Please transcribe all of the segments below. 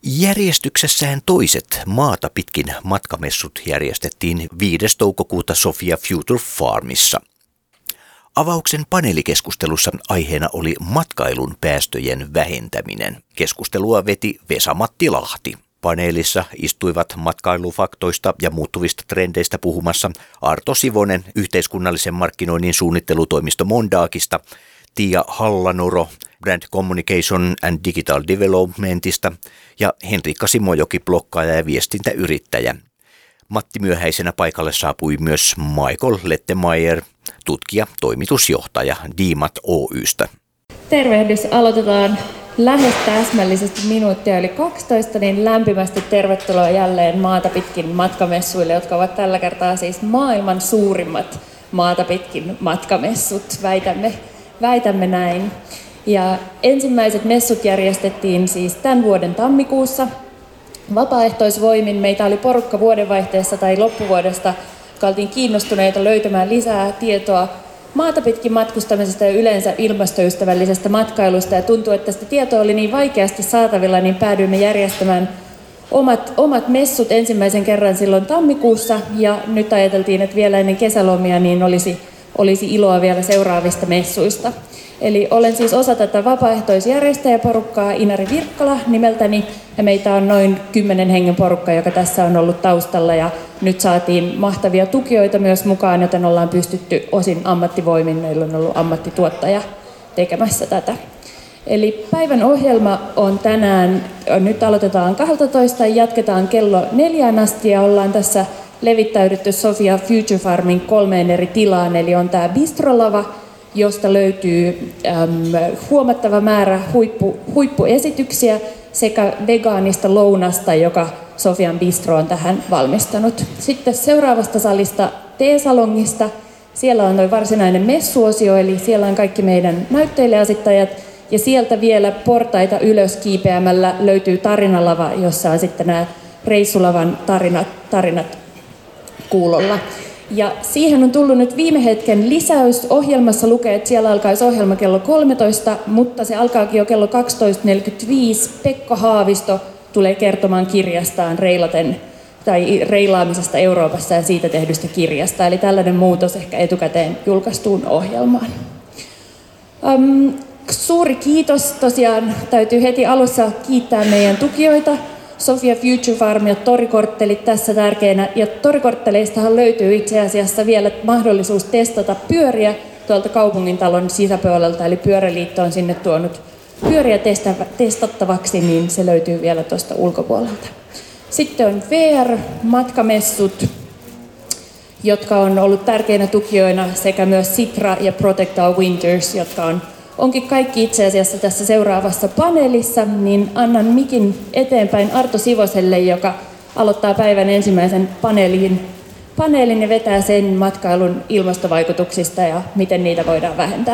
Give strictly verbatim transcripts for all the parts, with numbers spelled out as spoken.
Järjestyksessään toiset maata pitkin matkamessut järjestettiin viides toukokuuta Sofia Future Farmissa. Avauksen paneelikeskustelussa aiheena oli matkailun päästöjen vähentäminen. Keskustelua veti Vesa-Matti Lahti. Paneelissa istuivat matkailufaktoista ja muuttuvista trendeistä puhumassa Arto Sivonen yhteiskunnallisen markkinoinnin suunnittelutoimisto Mondaakista, Tiia Hallanoro Brand Communication and Digital Developmentista ja Henrikka Simojoki blokkaaja ja viestintäyrittäjä. Matti Myöhäisenä paikalle saapui myös Michael Lettemeyer, tutkija, toimitusjohtaja Diimat Oystä. Tervehdys, aloitetaan lähes täsmällisesti minuuttia yli kaksitoista, niin lämpimästi tervetuloa jälleen maata pitkin matkamessuille, jotka ovat tällä kertaa siis maailman suurimmat maata pitkin matkamessut, väitämme, väitämme näin. Ja ensimmäiset messut järjestettiin siis tämän vuoden tammikuussa vapaaehtoisvoimin. Meitä oli porukka vuodenvaihteessa tai loppuvuodesta, jotka oltiin kiinnostuneita löytämään lisää tietoa maata pitkin matkustamisesta ja yleensä ilmastoystävällisestä matkailusta. Ja tuntuu, että sitä tietoa oli niin vaikeasti saatavilla, niin päädyimme järjestämään omat, omat messut ensimmäisen kerran silloin tammikuussa. Ja nyt ajateltiin, että vielä ennen kesälomia niin olisi, olisi iloa vielä seuraavista messuista. Eli olen siis osa tätä vapaaehtoisjärjestäjäporukkaa Inari Virkkala nimeltäni, ja meitä on noin kymmenen hengen porukka, joka tässä on ollut taustalla, ja nyt saatiin mahtavia tukijoita myös mukaan, joten ollaan pystytty osin ammattivoimin, meillä on ollut ammattituottaja tekemässä tätä. Eli päivän ohjelma on tänään, nyt aloitetaan kaksitoista, jatketaan kello neljään asti, ja ollaan tässä levittäydytty Sofia Future Farmin kolmeen eri tilaan, eli on tämä bistrolava, josta löytyy äm, huomattava määrä huippu, huippuesityksiä sekä vegaanista lounasta, joka Sofian Bistro on tähän valmistanut. Sitten seuraavasta salista T-salongista. Siellä on noin varsinainen messuosio, eli siellä on kaikki meidän näyttelijäasittajat. Ja sieltä vielä portaita ylös kiipeämällä löytyy tarinalava, jossa on sitten nämä reissulavan tarinat, tarinat kuulolla. Ja siihen on tullut nyt viime hetken lisäys. Ohjelmassa lukee, että siellä alkaisi ohjelma kello kolmetoista, mutta se alkaakin jo kello kaksitoista neljäkymmentäviisi. Pekka Haavisto tulee kertomaan kirjastaan reilaten, tai reilaamisesta Euroopassa ja siitä tehdystä kirjasta. Eli tällainen muutos ehkä etukäteen julkaistuun ohjelmaan. Um, suuri kiitos. Tosiaan täytyy heti alussa kiittää meidän tukijoita. Sofia Future Farm ja torikorttelit tässä tärkeänä. Ja torikortteleistahan löytyy itse asiassa vielä mahdollisuus testata pyöriä tuolta kaupungintalon sisäpuolelta. Eli Pyöräliitto on sinne tuonut pyöriä testattavaksi, niin se löytyy vielä tuosta ulkopuolelta. Sitten on V R-matkamessut, jotka on ollut tärkeinä tukijoina, sekä myös Sitra ja Protect Our Winters, jotka on onkin kaikki itse asiassa tässä seuraavassa paneelissa, niin annan mikin eteenpäin Arto Sivoselle, joka aloittaa päivän ensimmäisen paneelin, paneelin ja vetää sen matkailun ilmastovaikutuksista ja miten niitä voidaan vähentää.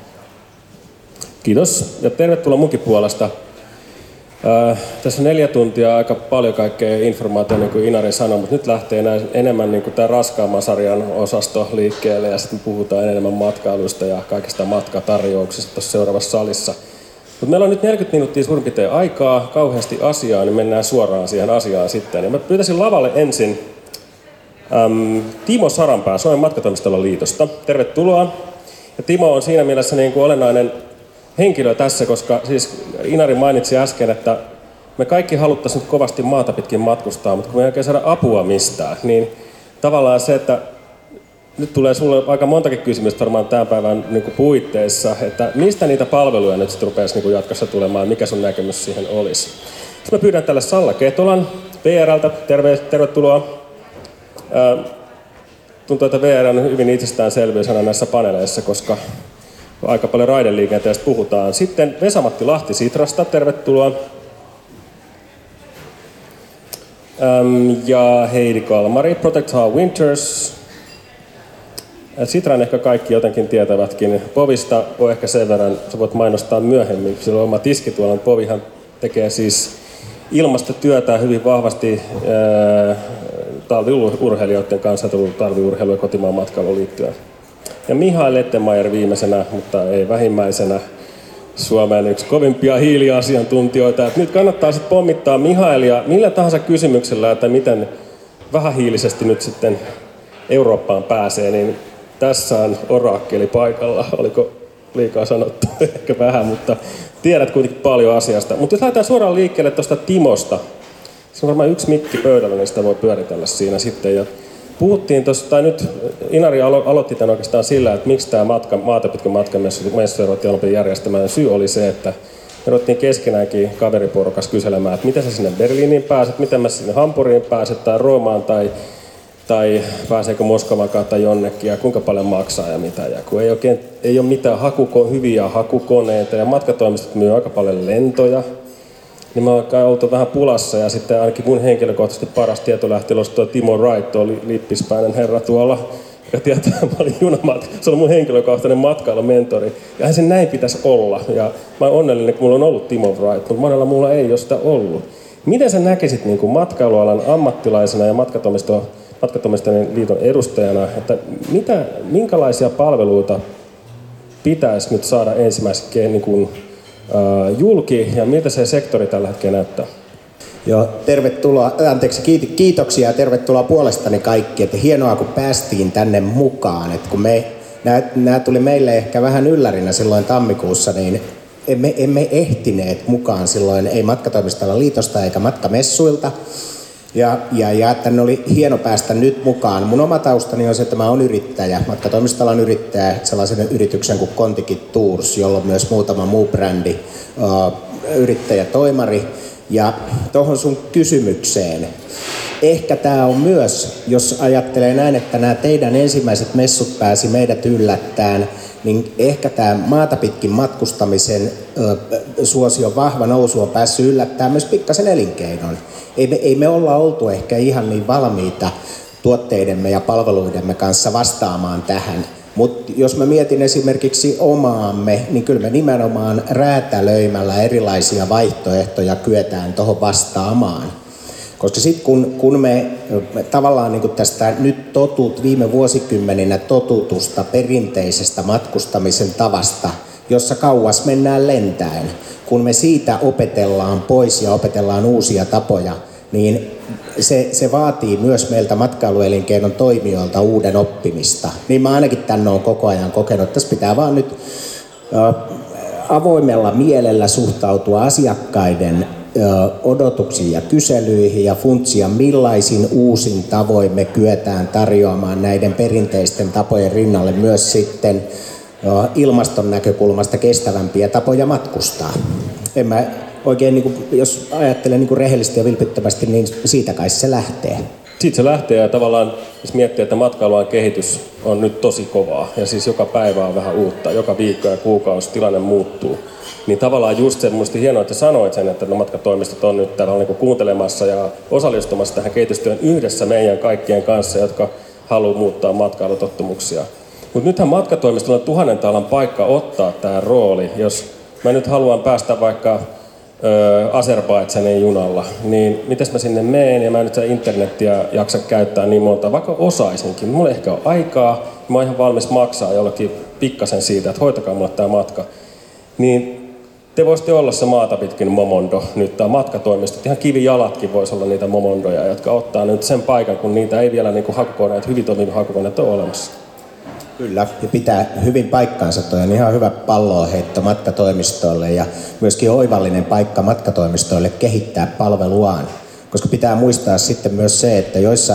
Kiitos ja tervetuloa munkin puolesta. Äh, tässä on neljä tuntia aika paljon kaikkea informaatiota, niin kuin Inari sanoi, mutta nyt lähtee näin enemmän niin kuin tämän raskaamman sarjan osasto liikkeelle ja sitten puhutaan enemmän matkailusta ja kaikista matkatarjouksista tuossa seuraavassa salissa. Mutta meillä on nyt neljäkymmentä minuuttia suurin piirtein aikaa, kauheasti asiaa, niin mennään suoraan siihen asiaan sitten. Ja mä pyytäisin lavalle ensin äm, Timo Saranpää Suomen matkatoimistoalan liitosta. Tervetuloa. Ja Timo on siinä mielessä niin kuin olennainen henkilö tässä, koska siis Inari mainitsi äsken, että me kaikki haluttaisiin nyt kovasti maata pitkin matkustaa, mutta kun me ei oikein saada apua mistään, niin tavallaan se, että nyt tulee sulle aika montakin kysymystä varmaan tämän päivän niin kuin puitteissa, että mistä niitä palveluja nyt sitten rupeaisi niin kuin jatkossa tulemaan, mikä sun näkemys siihen olisi. Sitten mä pyydän tälle Salla Ketolan V R:ltä, terve, tervetuloa. Ää, tuntuu, että V R on hyvin itsestäänselvyys aina näissä paneeleissa, koska aika paljon raideliikenteestä puhutaan. Sitten Vesa-Matti Lahti Sitrasta, tervetuloa. Öm, ja Heidi Kalmari, Protect Our Winters. Sitran ehkä kaikki jotenkin tietävätkin. Povista on ehkä sen verran, sä voit mainostaa myöhemmin. Sillä on oma tiski tuolla. Povihan tekee siis ilmastotyötä hyvin vahvasti ää, talviurheilijoiden kanssa, talviurheilu- ja kotimaan matkailuun liittyen. Ja Mihail Lettemeyer viimeisenä, mutta ei vähimmäisenä, Suomen yksi kovimpia hiiliasiantuntijoita. Et nyt kannattaa sitten pommittaa Mihailia millä tahansa kysymyksellä, että miten vähähiilisesti nyt sitten Eurooppaan pääsee, niin tässä on orakkeli paikalla. Oliko liikaa sanottu? Ehkä vähän, mutta tiedät kuitenkin paljon asiasta. Mutta jos lähdetään suoraan liikkeelle tuosta Timosta. Se on varmaan yksi mikki pöydällä, niin sitä voi pyöritellä siinä sitten. Ja puhuttiin tuossa, tai nyt Inari alo- aloitti tämän oikeastaan sillä, että miksi tämä matka, maata pitkän matkamessu ruvettiin alun järjestämään. Syy oli se, että me ruvettiin keskenäänkin kaveriporukas kyselemään, että miten sä sinne Berliiniin pääset, miten mä sinne Hampuriin pääset, tai Roomaan, tai, tai pääseekö Moskovaan tai jonnekin, ja kuinka paljon maksaa ja mitä. Ja kun ei, oikein, ei ole mitään hakuko- hyviä hakukoneita, ja matkatoimistot myy aika paljon lentoja, niin mä oon oltu vähän pulassa, ja sitten ainakin mun henkilökohtaisesti paras tietolähti olisi tuo Timo Wright, tuo lippispäinen herra tuolla, joka tietää, mä olin junamatka. Se on mun henkilökohtainen matkailumentori. Ja eihän se näin pitäisi olla. Ja mä oon onnellinen, kun mulla on ollut Timo Wright, mutta monella mulla ei ole sitä ollut. Miten sä näkisit niin kuin matkailualan ammattilaisena ja matkatoimistojen liiton edustajana, että mitä, minkälaisia palveluita pitäisi nyt saada ensimmäiseksi niin kuin, uh, julki ja miltä se sektori tällä hetkellä näyttää? Joo, tervetuloa, anteeksi, kiitoksia ja tervetuloa puolestani kaikki. Että hienoa, kun päästiin tänne mukaan. Että kun me, nämä, nämä tuli meille ehkä vähän yllärinä silloin tammikuussa, niin emme, emme ehtineet mukaan silloin, ei Matkatoimistoalan liitosta eikä matkamessuilta. Ja, ja, ja tänne oli hieno päästä nyt mukaan. Mun oma taustani on se, että mä oon yrittäjä. Matkatoimistoalan yrittäjä sellaisen yrityksen kuin Kontikit Tours, jolla on myös muutama muu brändi, uh, yrittäjätoimari. Ja tuohon sun kysymykseen. Ehkä tämä on myös, jos ajattelee näin, että nämä teidän ensimmäiset messut pääsi meidät yllättäen, niin ehkä tämä maata pitkin matkustamisen ö, suosion vahva nousu on päässyt yllättämään myös pikkasen elinkeinon. Ei me, ei me olla oltu ehkä ihan niin valmiita tuotteidemme ja palveluidemme kanssa vastaamaan tähän. Mutta jos mä mietin esimerkiksi omaamme, niin kyllä me nimenomaan räätälöimällä erilaisia vaihtoehtoja kyetään tuohon vastaamaan. Koska sitten kun, kun me, me tavallaan niin tästä nyt totut, viime vuosikymmeninä totutusta perinteisestä matkustamisen tavasta, jossa kauas mennään lentäen, kun me siitä opetellaan pois ja opetellaan uusia tapoja, niin se, se vaatii myös meiltä matkailuelinkeinon toimijoilta uuden oppimista. Niin mä ainakin tänne olen koko ajan kokenut. Tässä pitää vaan nyt ä, avoimella mielellä suhtautua asiakkaiden ä, odotuksiin ja kyselyihin ja funtsia, millaisin uusin tavoin me kyetään tarjoamaan näiden perinteisten tapojen rinnalle myös sitten ä, ilmaston näkökulmasta kestävämpiä tapoja matkustaa. En mä oikein, niin kuin, jos ajattelen niin kuin rehellisesti ja vilpittömästi, niin siitä kai se lähtee. Siitä se lähtee ja tavallaan, jos miettii, että matkailualan kehitys on nyt tosi kovaa ja siis joka päivä on vähän uutta, joka viikko ja kuukausi tilanne muuttuu, niin tavallaan just se, minusta hienoa, että sanoit sen, että matkatoimistot on nyt täällä niin kuin kuuntelemassa ja osallistumassa tähän kehitystyön yhdessä meidän kaikkien kanssa, jotka haluaa muuttaa matkailutottumuksia. Mutta nythän matkatoimistolla on tuhannen taalan paikka ottaa tämä rooli, jos mä nyt haluan päästä vaikka Azerbaidžanin junalla, niin mitäs mä sinne meen ja mä en nyt internetiä jaksa käyttää niin monta, vaikka osaisinkin. Mulla ei ehkä ole aikaa, mä oon ihan valmis maksaa jollekin pikkasen siitä, että hoitakaa mulle tää matka. Niin te voisitte olla se maata pitkin momondo nyt, tää matkatoimistot, ihan kivijalatkin vois olla niitä momondoja, jotka ottaa nyt sen paikan, kun niitä ei vielä niinku hakukoneet, hyvin toimivat hakukoneet ole olemassa. Kyllä, ja pitää hyvin paikkaansa. Toi on ihan hyvä palloheitto matkatoimistoille ja myöskin oivallinen paikka matkatoimistoille kehittää palveluaan. Koska pitää muistaa sitten myös se, että joissa,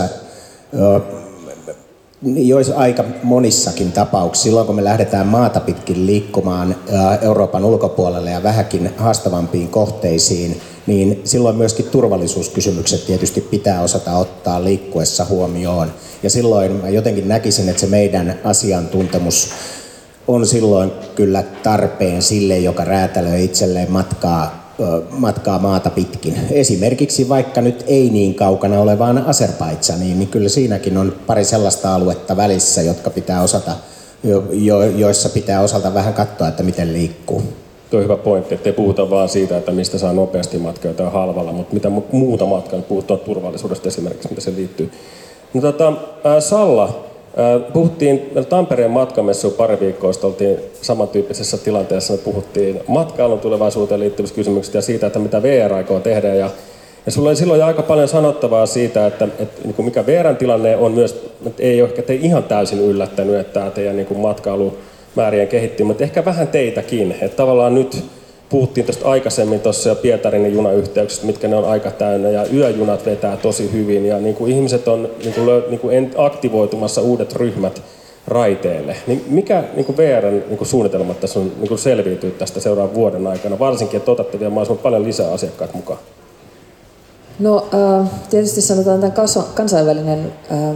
joissa aika monissakin tapauksissa, silloin kun me lähdetään maata pitkin liikkumaan Euroopan ulkopuolelle ja vähänkin haastavampiin kohteisiin, niin silloin myöskin turvallisuuskysymykset tietysti pitää osata ottaa liikkuessa huomioon. Ja silloin mä jotenkin näkisin, että se meidän asiantuntemus on silloin kyllä tarpeen sille, joka räätälöi itselleen matkaa, matkaa maata pitkin. Esimerkiksi vaikka nyt ei niin kaukana olevaan Azerbaidžaniin, niin kyllä siinäkin on pari sellaista aluetta välissä, jotka pitää osata, jo, jo, joissa pitää osata vähän katsoa, että miten liikkuu. Tuo on hyvä pointti, ettei puhuta vaan siitä, että mistä saa nopeasti matkaa tai halvalla, mutta mitä muuta matkaa, puhutaan turvallisuudesta esimerkiksi, mitä se liittyy. No, tota, ää, Salla, Puhuttiin Tampereen matkamessuun pari viikkoa sitten, oltiin samantyyppisessä tilanteessa, me puhuttiin matkailun tulevaisuuteen liittyvistä kysymyksistä ja siitä, että mitä V R aikoo tehdä. Ja, ja sulla oli silloin aika paljon sanottavaa siitä, että, että niin kuin mikä V R:n tilanne on myös, että ei ole ehkä ihan täysin yllättänyt, että tämä teidän niin kuin matkailumäärien kehittyminen, mutta ehkä vähän teitäkin. Että tavallaan nyt puhuttiin tuosta aikaisemmin tuossa jo Pietarin junayhteyksistä, mitkä ne on aika täynnä, ja yöjunat vetää tosi hyvin, ja niin kuin ihmiset on niin kuin lö, niin kuin aktivoitumassa uudet ryhmät raiteille. Niin mikä niin kuin V R:n niin kuin suunnitelmat tässä on niin kuin selviytyy tästä seuraavan vuoden aikana, varsinkin, että otatte vielä mahdollisimman paljon lisää asiakkaita mukaan? No tietysti sanotaan, että kansainvälinen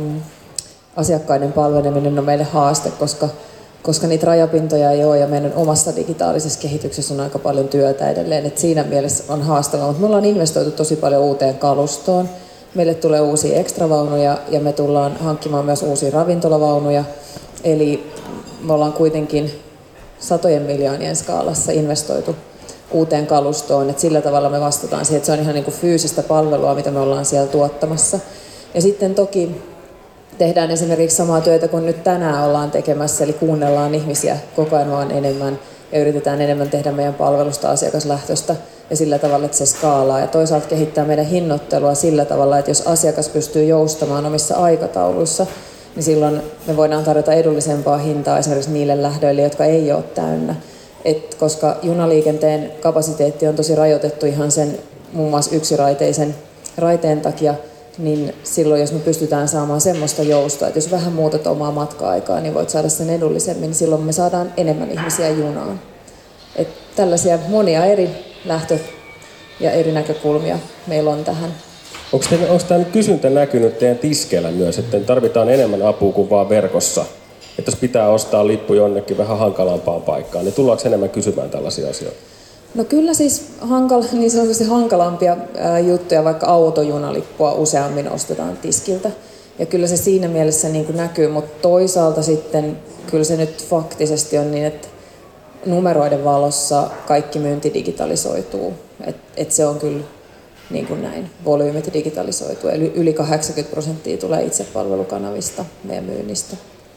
asiakkaiden palveleminen on meille haaste, koska koska niitä rajapintoja ei ole ja meidän omassa digitaalisessa kehityksessä on aika paljon työtä edelleen. Et siinä mielessä on haastavaa, mutta me ollaan investoitu tosi paljon uuteen kalustoon. Meille tulee uusia ekstravaunuja ja me tullaan hankkimaan myös uusia ravintolavaunuja. Eli me ollaan kuitenkin satojen miljoonien skaalassa investoitu uuteen kalustoon. Et sillä tavalla me vastataan siihen, että se on ihan niinku fyysistä palvelua, mitä me ollaan siellä tuottamassa. Ja sitten toki tehdään esimerkiksi samaa työtä kuin nyt tänään ollaan tekemässä, eli kuunnellaan ihmisiä koko ajan vaan enemmän ja yritetään enemmän tehdä meidän palvelusta asiakaslähtöistä ja sillä tavalla, että se skaalaa. Ja toisaalta kehittää meidän hinnoittelua sillä tavalla, että jos asiakas pystyy joustamaan omissa aikatauluissa, niin silloin me voidaan tarjota edullisempaa hintaa esimerkiksi niille lähdöille, jotka ei ole täynnä. Et koska junaliikenteen kapasiteetti on tosi rajoitettu ihan sen muun muassa yksiraiteisen raiteen takia, niin silloin jos me pystytään saamaan semmoista joustoa, että jos vähän muutat omaa matka-aikaa, niin voit saada sen edullisemmin, niin silloin me saadaan enemmän ihmisiä junaan. Et tällaisia monia eri lähtö- ja eri näkökulmia meillä on tähän. Onko tämä kysyntä näkynyt teidän tiskeillä myös, että tarvitaan enemmän apua kuin vaan verkossa? Että jos pitää ostaa lippu jonnekin vähän hankalampaan paikkaan, niin tullaanko enemmän kysymään tällaisia asioita? No kyllä siis hankala, niin sanotusti hankalampia ää, juttuja, vaikka autojunalippua useammin ostetaan tiskiltä. Ja kyllä se siinä mielessä niin kuin näkyy, mutta toisaalta sitten kyllä se nyt faktisesti on niin, että numeroiden valossa kaikki myynti digitalisoituu. Et, et se on kyllä niin kuin näin, volyymit digitalisoituu. Eli yli kahdeksankymmentä prosenttia tulee itsepalvelukanavista meidän myynnistä.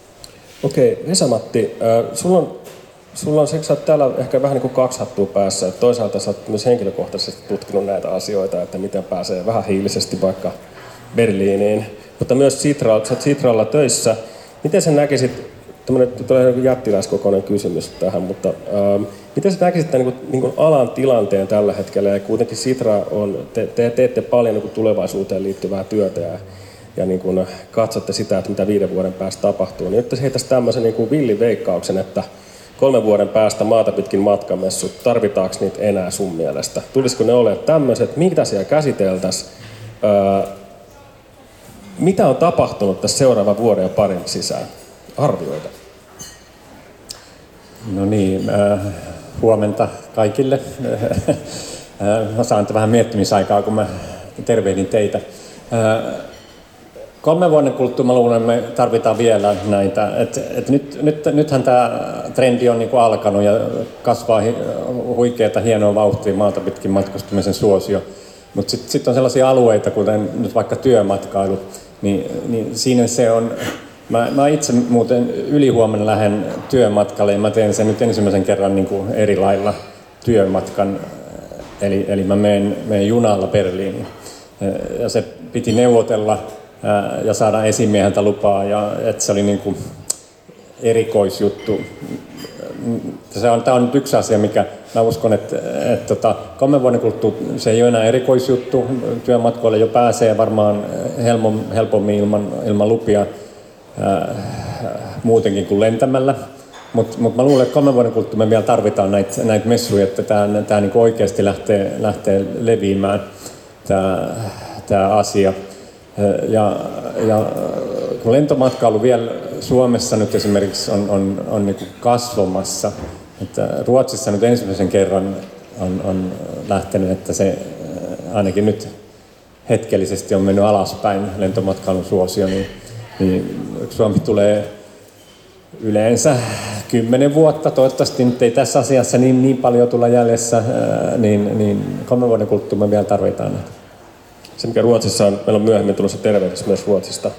Okei, Vesa-Matti, äh, sulla on Sulla on, sä oot täällä ehkä vähän niin kuin kaksi hattua päässä, että toisaalta sä oot myös henkilökohtaisesti tutkinut näitä asioita, että miten pääsee vähän hiilisesti vaikka Berliiniin, mutta myös Sitra, sä oot Sitralla töissä. Miten sä näkisit, tämmöinen tulee jättiläiskokoinen kysymys tähän, mutta ähm, miten sä näkisit tämän niin kuin, niin kuin alan tilanteen tällä hetkellä, ja kuitenkin Sitra on, te, te teette paljon niin kuin tulevaisuuteen liittyvää työtä ja, ja niin kuin katsotte sitä, että mitä viiden vuoden päästä tapahtuu, niin nyt heitäisi tämmöisen niin kuin villin veikkauksen, että kolmen vuoden päästä maata pitkin matkamessut, tarvitaanko niitä enää sun mielestä? Tulisiko ne olemaan tämmöiset, mitä siellä käsiteltäisiin? Öö, mitä on tapahtunut tässä seuraavan vuoden ja parin sisään? Arvioita. No niin, äh, huomenta kaikille. Mä saan vähän miettimisaikaa, kun mä tervehdin teitä. Äh, Kolmen vuoden kuluttua mä luulen, että me tarvitaan vielä näitä. Et, et nyt, nyt, nythän tämä trendi on niinku alkanut ja kasvaa huikeata hienoa vauhtia maata pitkin matkustamisen suosio. Mutta sitten sit on sellaisia alueita, kuten nyt vaikka työmatkailu, niin, niin siinä se on. Mä, mä itse muuten ylihuomenna lähden työmatkalle ja mä teen sen nyt ensimmäisen kerran niinku eri lailla työmatkan. Eli, eli mä menen, menen junalla Berliiniin. Ja se piti neuvotella ja saada esimieheltä lupaa, ja että se oli niin kuin erikoisjuttu. Se on, tämä on nyt yksi asia, mikä mä uskon, että, että tota, kolmen vuoden kuluttua se ei ole enää erikoisjuttu. Työmatkoille jo pääsee varmaan helpommin ilman, ilman lupia ää, muutenkin kuin lentämällä. Mutta mut mä luulen, että kolmen vuoden kuluttua me vielä tarvitaan näitä, näitä messuja, että tämä, tämä niin kuin oikeasti lähtee, lähtee leviämään tämä, tämä asia. Ja, ja kun lentomatkailu vielä Suomessa nyt esimerkiksi on, on, on niin kuin kasvamassa, että Ruotsissa nyt ensimmäisen kerran on, on lähtenyt, että se ainakin nyt hetkellisesti on mennyt alaspäin lentomatkailun suosio, niin, niin Suomi tulee yleensä kymmenen vuotta, toivottavasti nyt ei tässä asiassa niin, niin paljon tulla jäljessä, niin, niin kolmen vuoden kuluttua me vielä tarvitaan näitä. Se, mikä Ruotsissa on, meillä on myöhemmin tulossa tervehdys myös Ruotsista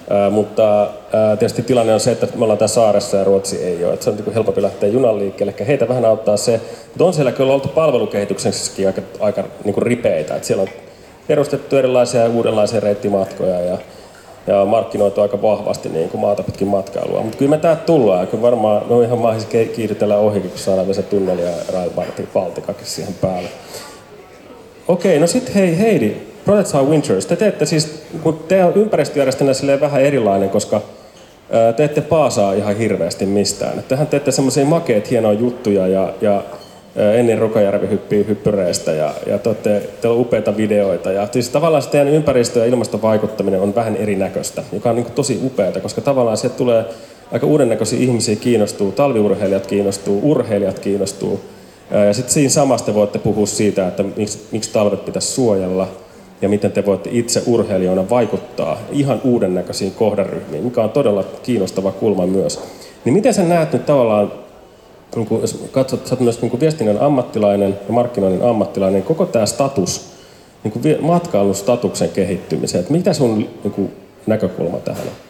Ää, mutta ää, tietysti tilanne on se, että me ollaan täällä saaressa ja Ruotsi ei ole. Että se on niin helpompi lähteä junan liikkeelle. Ehkä heitä vähän auttaa se. Mutta on siellä kyllä oltu palvelukehityksessäkin aika, aika niin kuin ripeitä. Että siellä on perustettu erilaisia ja uudenlaisia reittimatkoja ja, ja markkinoitu aika vahvasti niin kuin maata pitkin matkailua. Mutta kyllä me täältä tullaan. Kyllä varmaan me on ihan mahdollisesti kiihdytellä ohi, kun saadaan vielä se tunneli ja Rail Balticakin siihen päälle. Okei, no sitten hei Heidi. Project Our Winters. Te teette siis, kun te on ympäristöjärjestönä silleen vähän erilainen, koska ää, te ette paasaa ihan hirveästi mistään. Tehän teette semmoisia makeet hienoja juttuja ja, ja ää, Enni Rukajärvi hyppii hyppyreistä ja, ja te olette, teillä on upeita videoita. Ja siis tavallaan se teidän ympäristö- ja ilmastovaikuttaminen on vähän erinäköistä, joka on niin kuin tosi upeata, koska tavallaan sieltä tulee aika uudennäköisiä ihmisiä kiinnostuu, talviurheilijat kiinnostuu, urheilijat kiinnostuu. Ää, ja sitten siinä samasta voitte puhua siitä, että miksi, miksi talvet pitäisi suojella. Ja miten te voitte itse urheilijoina vaikuttaa ihan uuden näköisiin kohderyhmiin, mikä on todella kiinnostava kulma myös. Niin miten sä näet nyt tavallaan, niin kun, jos katsot, sä oot myös niin viestinnän ammattilainen ja markkinoinnin ammattilainen, niin koko tämä status, niin matkailun statuksen kehittymiseen, että mitä sun niin kun, näkökulma tähän on?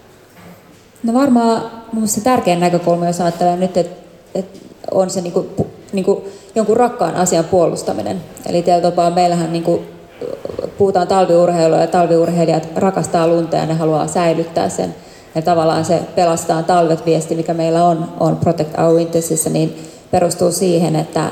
No varmaan mun se tärkein näkökulma, jos ajattelee nyt, että, että on se niin kuin, niin kuin jonkun rakkaan asian puolustaminen. Eli tietyllä tapaa meillähän niin kuin, puhutaan talviurheilua ja talviurheilijat rakastaa lunta ja ne haluaa säilyttää sen. Ja tavallaan se pelastaa talvet viesti, mikä meillä on, on Protect Our Wintersissa, niin perustuu siihen, että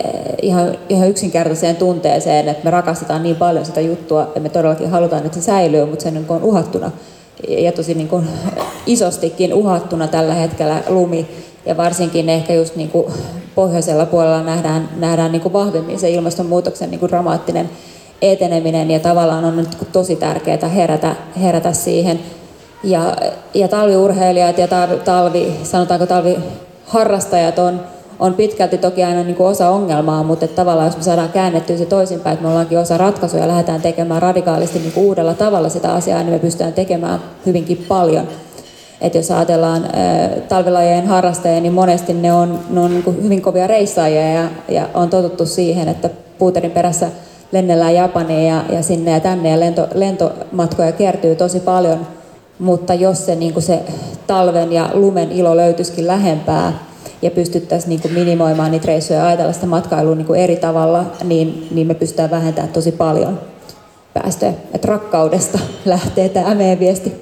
ihan, ihan yksinkertaiseen tunteeseen, että me rakastetaan niin paljon sitä juttua ja me todellakin halutaan, että se säilyy, mutta se on uhattuna ja tosi niin kuin isostikin uhattuna tällä hetkellä lumi. Ja varsinkin ehkä just niin kuin pohjoisella puolella nähdään, nähdään niin kuin vahvemmin se ilmastonmuutoksen niin kuin dramaattinen eteneminen ja tavallaan on nyt tosi tärkeää herätä, herätä siihen. Ja, ja talviurheilijat ja talvi, sanotaanko talviharrastajat on, on pitkälti toki aina niin kuin osa ongelmaa, mutta että tavallaan jos me saadaan käännettyä se toisinpäin, että me ollaankin osa ratkaisuja ja lähdetään tekemään radikaalisti niin kuin uudella tavalla sitä asiaa, niin me pystytään tekemään hyvinkin paljon. Että jos ajatellaan äh, talvilajien harrastajia, niin monesti ne on, ne on niin kuin hyvin kovia reissaajia ja, ja on totuttu siihen, että puuterin perässä lennellään Japaniin ja, ja sinne ja tänne ja lento, lentomatkoja kertyy tosi paljon, mutta jos se, niin kuin se talven ja lumen ilo löytyisikin lähempää ja pystyttäisiin niin kuin minimoimaan niitä reissuja ja ajatella sitä matkailua niin kuin eri tavalla, niin, niin me pystytään vähentämään tosi paljon päästöjä. Et rakkaudesta lähtee tämä meidän viesti.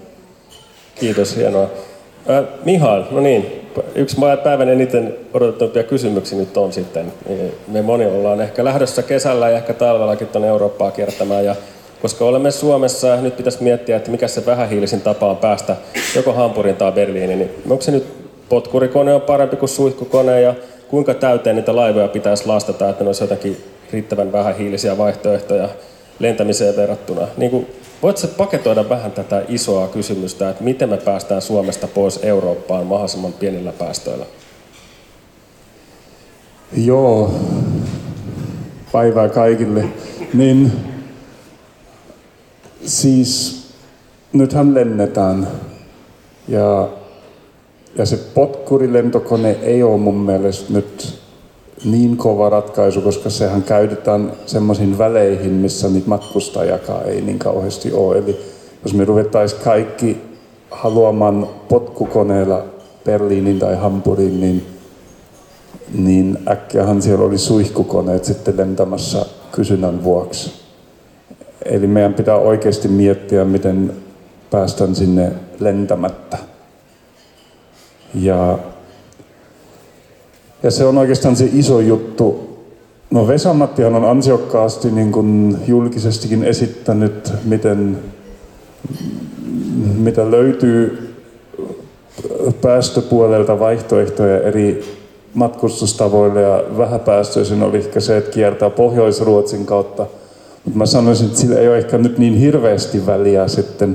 Kiitos, hienoa. Äh, Mihail, no niin, yksi päivän eniten odotettavia kysymyksiä nyt on sitten. Me moni ollaan ehkä lähdössä kesällä ja ehkä talvellakin tuonne Eurooppaa kiertämään. Ja koska olemme Suomessa ja nyt pitäisi miettiä, että mikä se vähähiilisin tapa on päästä joko Hampuriin tai Berliiniin, niin onko se nyt potkurikone on parempi kuin suihkukone ja kuinka täyteen niitä laivoja pitäisi lastata, että ne olisi jotakin riittävän vähähiilisiä vaihtoehtoja lentämiseen verrattuna. Niin kuin, voitko paketoida vähän tätä isoa kysymystä, että miten me päästään Suomesta pois Eurooppaan mahdollisimman pienillä päästöillä? Joo, päivää kaikille. Niin, siis nythän lennetään ja, ja se potkurilentokone ei ole mun mielestä nyt niin kova ratkaisu, koska sehän käytetään semmoisiin väleihin, missä niitä matkustajakaan ei niin kauheasti ole. Eli jos me ruvettaisiin kaikki haluamaan potkukoneella Berliinin tai Hampuriin, niin, niin äkkiähän siellä oli suihkukoneet sitten lentämässä kysynnän vuoksi. Eli meidän pitää oikeasti miettiä, miten päästään sinne lentämättä. Ja Ja se on oikeastaan se iso juttu. No Vesa-Mattihan on ansiokkaasti niin kuin julkisestikin esittänyt, miten, mitä löytyy päästöpuolelta vaihtoehtoja eri matkustustavoille ja vähäpäästöisin oli ehkä se, että kiertää Pohjois-Ruotsin kautta. Mutta mä sanoisin, että sillä ei ole ehkä nyt niin hirveästi väliä sitten.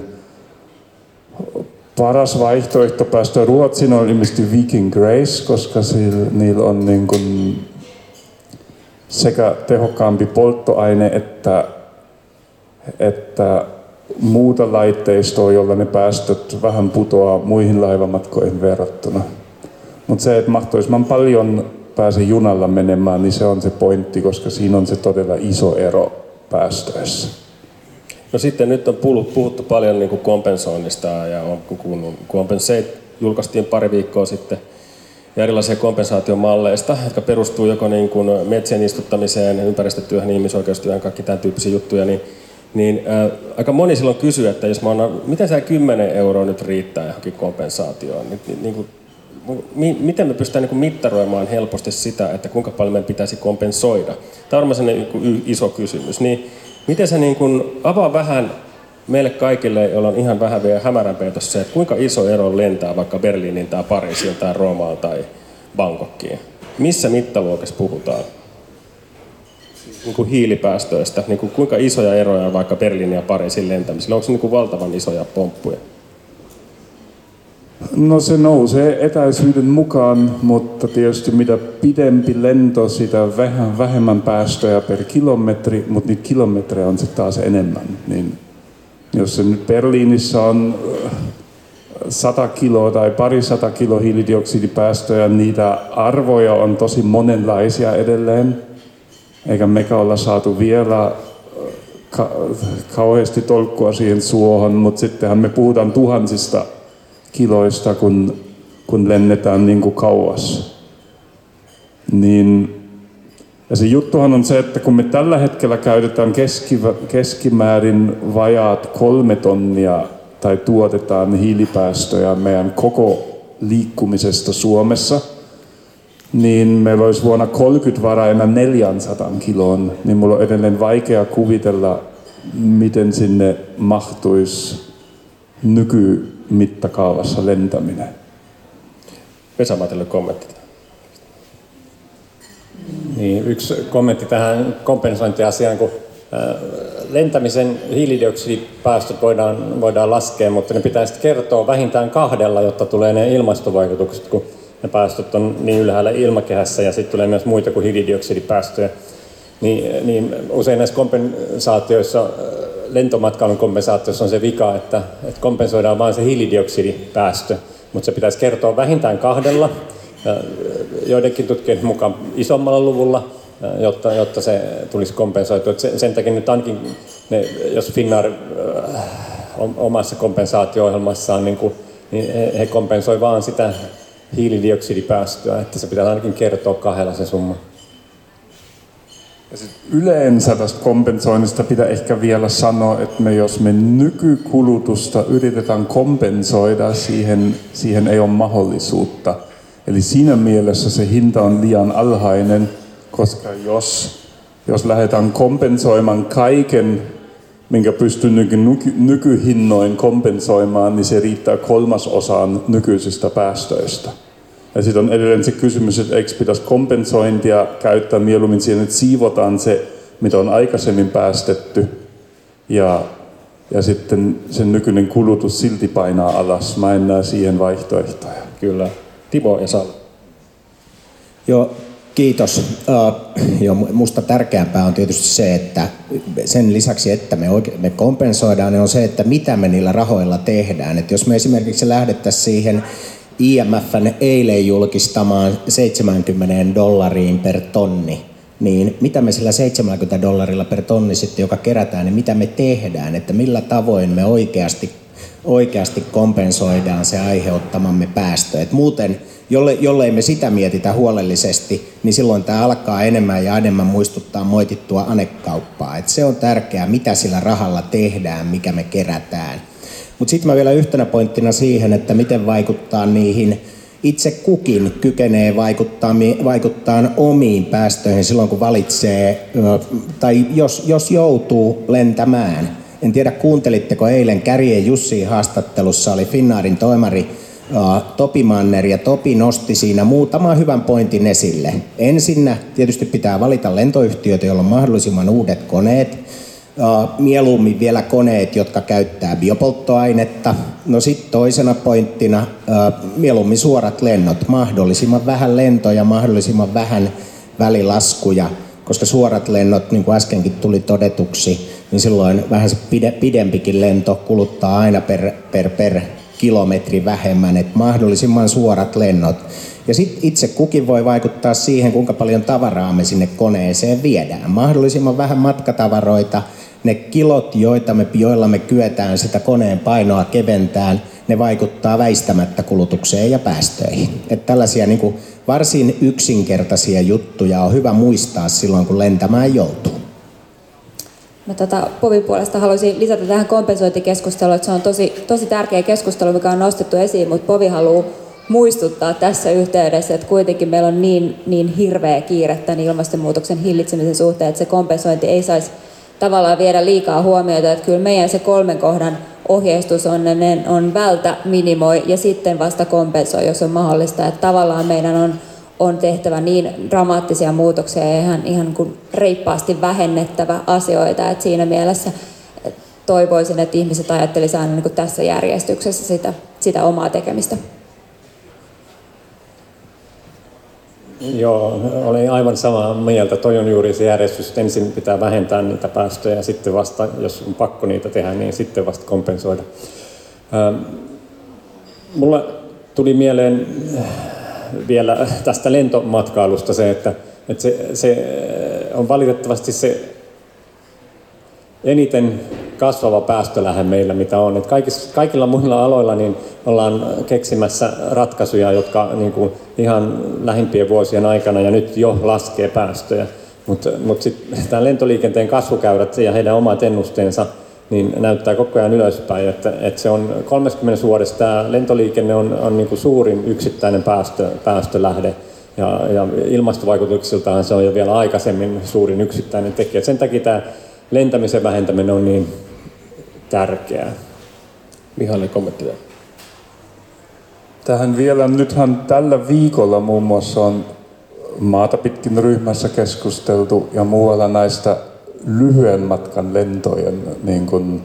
Paras vaihtoehto päästä Ruotsiin on ilmeisesti Viking Grace, koska sillä, niillä on niin kuin sekä tehokkaampi polttoaine että, että muuta laitteistoa, jolla ne päästöt vähän putoaa muihin laivamatkoihin verrattuna. Mutta se, että mahdollisimman paljon pääse junalla menemään, niin se on se pointti, koska siinä on se todella iso ero päästöissä. No sitten nyt on puhuttu paljon niin kuin kompensoinnista ja on, kun Compensate julkaistiin pari viikkoa sitten ja erilaisia kompensaatiomalleista, jotka perustuu joko niin kuin metsien istuttamiseen, ympäristötyöhön, ihmisoikeustyöhön, kaikki tämän tyyppisiä juttuja, niin, niin ää, aika moni silloin kysyy, että jos mä annan, miten tämä kymmenen euroa nyt riittää johonkin kompensaatioon, niin, niin, niin kuin, mi, miten me pystytään niin kuin mittaroimaan helposti sitä, että kuinka paljon meidän pitäisi kompensoida. Tämä on varmaan sellainen niin iso kysymys. Niin, miten se niin kuin avaa vähän meille kaikille, joilla on ihan vähän vielä hämäränpää se, että kuinka iso ero on lentää vaikka Berliiniin tai Pariisiin tai Roomaan tai Bangkokiin. Missä mittaluokassa puhutaan? Niin kuin hiilipäästöistä, niin kuin kuinka isoja eroja on vaikka Berliinin ja Pariisin lentämisellä? Onko se niin kuin valtavan isoja pomppuja? No se nousee etäisyyden mukaan, mutta tietysti mitä pidempi lento, sitä vähän vähemmän päästöjä per kilometri, mutta niitä kilometrejä on sitten taas enemmän. Niin jos se nyt Berliinissä on sata kiloa tai pari sata kilo hiilidioksidipäästöjä, niitä arvoja on tosi monenlaisia edelleen. Eikä meka olla saatu vielä ka- kauheasti tolkkua siihen suohon, mutta sittenhän me puhutaan tuhansista kiloista, kun, kun lennetään niin kuin kauas. Niin, ja se juttuhan on se, että kun me tällä hetkellä käytetään keski, keskimäärin vajaat kolme tonnia tai tuotetaan hiilipäästöjä meidän koko liikkumisesta Suomessa, niin meillä olisi vuonna kolmekymmentä varaina neljäsataa kiloon, niin mulla on edelleen vaikea kuvitella, miten sinne mahtuisi nykymittakaavassa lentäminen. Vesa-Matti, kommentti. Niin, yksi kommentti tähän kompensointiasiaan, kun lentämisen hiilidioksidipäästöt voidaan, voidaan laskea, mutta ne pitäisi kertoa vähintään kahdella, jotta tulee ne ilmastovaikutukset, kun ne päästöt on niin ylhäällä ilmakehässä ja sitten tulee myös muita kuin hiilidioksidipäästöjä. Niin, niin usein näissä kompensaatioissa, lentomatkailun kompensaatioissa on se vika, että, että kompensoidaan vain se hiilidioksidipäästö, mutta se pitäisi kertoa vähintään kahdella, joidenkin tutkijoiden mukaan isommalla luvulla, jotta, jotta se tulisi kompensoitua. Sen, sen takia nyt ainakin, ne, jos Finnair äh, omassa kompensaatio-ohjelmassaan, niin, kuin, niin he, he kompensoi vaan sitä hiilidioksidipäästöä, että se pitää ainakin kertoa kahdella se summa. Ja sit yleensä tästä kompensoinnista pitää ehkä vielä sanoa, että me, jos me nykykulutusta yritetään kompensoida, siihen, siihen ei ole mahdollisuutta. Eli siinä mielessä se hinta on liian alhainen, koska jos, jos lähdetään kompensoimaan kaiken, minkä pystyy nyky, nyky, nykyhinnoin kompensoimaan, niin se riittää kolmasosaan nykyisistä päästöistä. Ja sitten on edelleen se kysymys, että eikö pitäisi kompensointia käyttää mieluummin siihen, että siivotaan se, mitä on aikaisemmin päästetty, ja, ja sitten sen nykyinen kulutus silti painaa alas. Mä en näe siihen vaihtoehtoja. Kyllä. Timo ja Salla. Joo, kiitos. Uh, jo, musta tärkeämpää on tietysti se, että sen lisäksi, että me, oike- me kompensoidaan, niin on se, että mitä me niillä rahoilla tehdään. Et jos me esimerkiksi lähdettäisiin siihen I M F:n eilen julkistamaan seitsemänkymmentä dollariin per tonni, niin mitä me sillä seitsemänkymmentä dollarilla per tonni sitten, joka kerätään, niin mitä me tehdään, että millä tavoin me oikeasti, oikeasti kompensoidaan se aiheuttamamme päästö. Et muuten, jolle, jollei me sitä mietitä huolellisesti, niin silloin tämä alkaa enemmän ja enemmän muistuttaa moitittua anekauppaa. Et se on tärkeää, mitä sillä rahalla tehdään, mikä me kerätään. Mutta sitten mä vielä yhtenä pointtina siihen, että miten vaikuttaa niihin, itse kukin kykenee vaikuttaa, vaikuttaa omiin päästöihin silloin, kun valitsee, tai jos, jos joutuu lentämään. En tiedä, kuuntelitteko eilen Kärjen Jussin haastattelussa, oli Finnairin toimari Topi Manner, ja Topi nosti siinä muutaman hyvän pointin esille. Ensinnä tietysti pitää valita lentoyhtiöitä, joilla on mahdollisimman uudet koneet. Uh, mieluummin vielä koneet, jotka käyttää biopolttoainetta. No sitten toisena pointtina uh, mieluummin suorat lennot, mahdollisimman vähän lentoja, mahdollisimman vähän välilaskuja, koska suorat lennot, niin kuin äskenkin tuli todetuksi, niin silloin vähän se pide, pidempikin lento kuluttaa aina per, per, per kilometri vähemmän, että mahdollisimman suorat lennot. Ja sitten itse kukin voi vaikuttaa siihen, kuinka paljon tavaraa me sinne koneeseen viedään. Mahdollisimman vähän matkatavaroita, ne kilot, joita me, joilla me kyetään sitä koneen painoa keventään, ne vaikuttaa väistämättä kulutukseen ja päästöihin. Että tällaisia niin kuin varsin yksinkertaisia juttuja on hyvä muistaa silloin, kun lentämään joutuu. No, tota, Povin puolesta haluaisin lisätä tähän kompensointikeskusteluun, että se on tosi, tosi tärkeä keskustelu, mikä on nostettu esiin, mutta Povi haluaa muistuttaa tässä yhteydessä, että kuitenkin meillä on niin, niin hirveä kiire tämän ilmastonmuutoksen hillitsemisen suhteen, että se kompensointi ei saisi tavallaan viedä liikaa huomiota, että kyllä meidän se kolmen kohdan ohjeistus on, on vältä, minimoi ja sitten vasta kompensoi, jos on mahdollista, että tavallaan meidän on on tehtävä niin dramaattisia muutoksia ja ihan, ihan kuin reippaasti vähennettävä asioita, että siinä mielessä toivoisin, että ihmiset ajattelisivat aina niin kuin tässä järjestyksessä sitä, sitä omaa tekemistä. Joo, olen aivan samaa mieltä. Toi on juuri se järjestys, että ensin pitää vähentää niitä päästöjä ja sitten vasta, jos on pakko niitä tehdä, niin sitten vasta kompensoida. Ähm, mulla tuli mieleen vielä tästä lentomatkailusta se, että, että se, se on valitettavasti se eniten kasvava päästölähde meillä, mitä on. Että kaikissa, kaikilla muilla aloilla niin ollaan keksimässä ratkaisuja, jotka niin kuin ihan lähimpien vuosien aikana ja nyt jo laskee päästöjä. Mutta mut sitten tämä lentoliikenteen kasvukäyrät ja heidän omat ennusteensa niin näyttää koko ajan ylöspäin, että, että se on kolmekymmentä vuodessa tämä lentoliikenne on, on niin kuin suurin yksittäinen päästö, päästölähde ja, ja ilmastovaikutuksiltaan se on jo vielä aikaisemmin suurin yksittäinen tekijä. Sen takia tämä lentämisen vähentäminen on niin tärkeää. Mihaili, kommenttia. Tähän vielä, nythän tällä viikolla muun muassa on maata pitkin ryhmässä keskusteltu ja muualla näistä lyhyen matkan lentojen niin kuin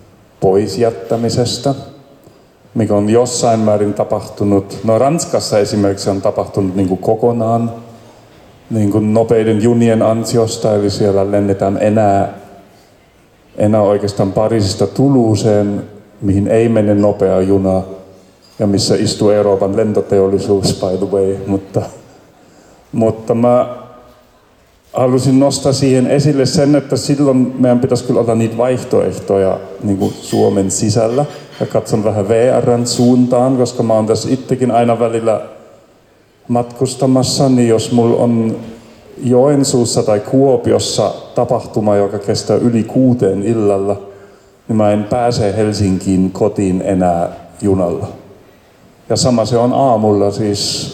poisjättämisestä, mikä on jossain määrin tapahtunut. No Ranskassa esimerkiksi on tapahtunut niin kuin kokonaan niin kuin nopeiden junien ansiosta, eli siellä lennetään enää, enää oikeastaan Pariisista Toulouseen, mihin ei mene nopea juna ja missä istuu Euroopan lentoteollisuus, by the way, mutta, mutta mä halusin nostaa siihen esille sen, että silloin meidän pitäisi kyllä olla niitä vaihtoehtoja niin kuin Suomen sisällä. Ja katson vähän V R:n suuntaan, koska mä oon tässä itsekin aina välillä matkustamassa, niin jos mulla on Joensuussa tai Kuopiossa tapahtuma, joka kestää yli kuuteen illalla, niin mä en pääse Helsinkiin kotiin enää junalla. Ja sama se on aamulla, siis,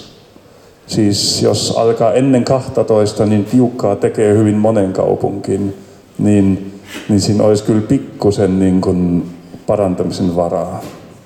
siis jos alkaa ennen kahtatoista, niin tiukkaa tekee hyvin monen kaupunkiin, niin, niin siinä olisi kyllä pikkusen niin kuin parantamisen varaa.